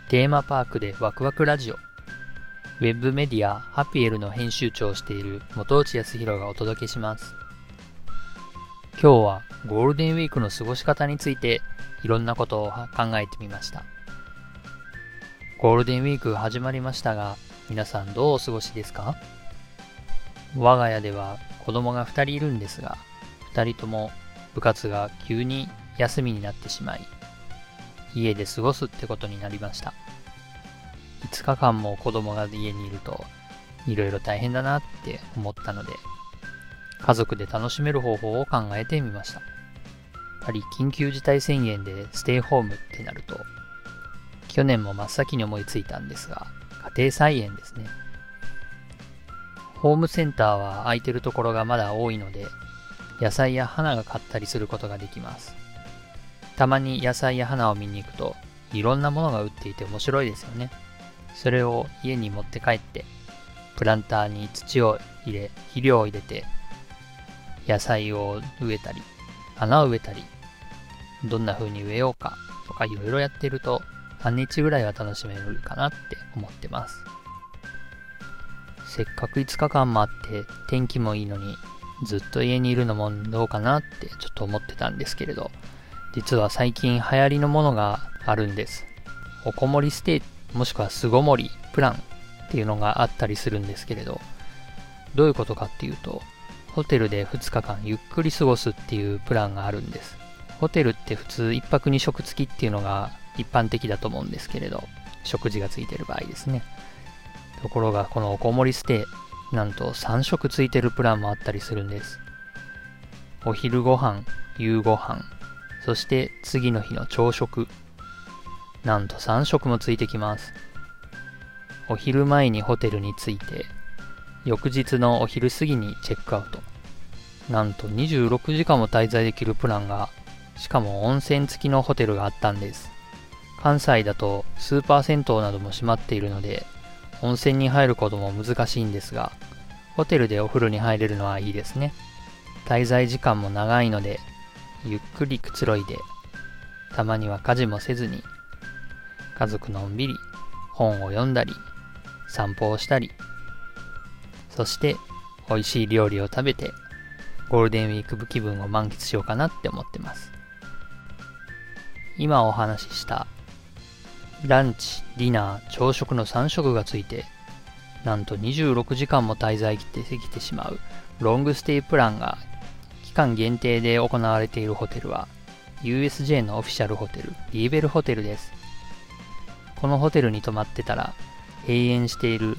テーマパークでワクワクラジオ。ウェブメディアハピエルの編集長をしている本内康弘がお届けします。今日はゴールデンウィークの過ごし方についていろんなことを考えてみました。ゴールデンウィーク始まりましたが、皆さんどうお過ごしですか？我が家では子供が2人いるんですが、2人とも部活が急に休みになってしまい、家で過ごすってことになりました。5日間も子供が家にいるといろいろ大変だなって思ったので、家族で楽しめる方法を考えてみました。やはり緊急事態宣言でステイホームってなると、去年も真っ先に思いついたんですが、家庭菜園ですね。ホームセンターは空いてるところがまだ多いので、野菜や花が買ったりすることができます。たまに野菜や花を見に行くと、いろんなものが売っていて面白いですよね。それを家に持って帰って、プランターに土を入れ、肥料を入れて、野菜を植えたり、花を植えたり、どんな風に植えようかとかいろいろやってると、半日ぐらいは楽しめるかなって思ってます。せっかく5日間もあって天気もいいのに、ずっと家にいるのもどうかなってちょっと思ってたんですけれど、実は最近流行りのものがあるんです。おこもりステイもしくは巣ごもりプランっていうのがあったりするんですけれど、どういうことかっていうと、ホテルで2日間ゆっくり過ごすっていうプランがあるんです。ホテルって普通1泊2食付きっていうのが一般的だと思うんですけれど、食事がついてる場合ですね。ところがこのおこもりステイ、なんと3食ついてるプランもあったりするんです。お昼ご飯、夕ご飯、そして次の日の朝食、なんと3食もついてきます。お昼前にホテルに着いて、翌日のお昼過ぎにチェックアウト。なんと26時間も滞在できるプランが、しかも温泉付きのホテルがあったんです。関西だとスーパー銭湯なども閉まっているので、温泉に入ることも難しいんですが、ホテルでお風呂に入れるのはいいですね。滞在時間も長いので、ゆっくりくつろいで、たまには家事もせずに、家族のんびり本を読んだり、散歩をしたり、そして美味しい料理を食べて、ゴールデンウィーク気分を満喫しようかなって思ってます。今お話ししたランチ、ディナー、朝食の3食がついて、なんと26時間も滞在できてしまうロングステイプランが期間限定で行われているホテルは USJ のオフィシャルホテル、リーベルホテルです。このホテルに泊まってたら、閉園している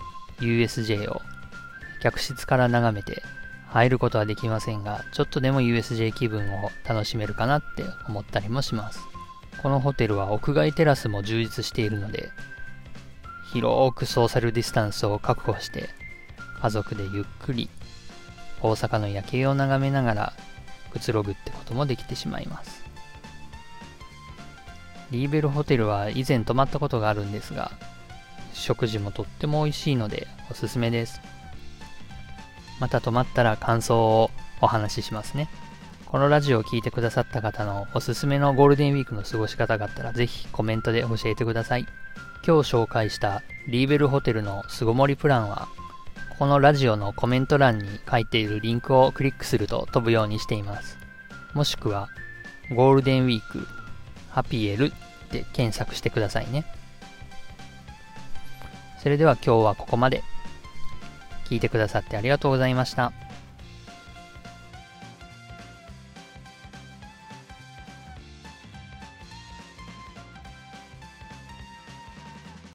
USJ を客室から眺めて入ることはできませんが、ちょっとでも USJ 気分を楽しめるかなって思ったりもします。このホテルは屋外テラスも充実しているので、広くソーシャルディスタンスを確保して、家族でゆっくり大阪の夜景を眺めながらくつろぐってこともできてしまいます。リーベルホテルは以前泊まったことがあるんですが、食事もとっても美味しいのでおすすめです。また泊まったら感想をお話ししますね。このラジオを聞いてくださった方のおすすめのゴールデンウィークの過ごし方があったら、ぜひコメントで教えてください。今日紹介したリーベルホテルの巣ごもりプランは、このラジオのコメント欄に書いているリンクをクリックすると飛ぶようにしています。もしくはゴールデンウィークハピエルで検索してくださいね。それでは今日はここまで。聞いてくださってありがとうございました。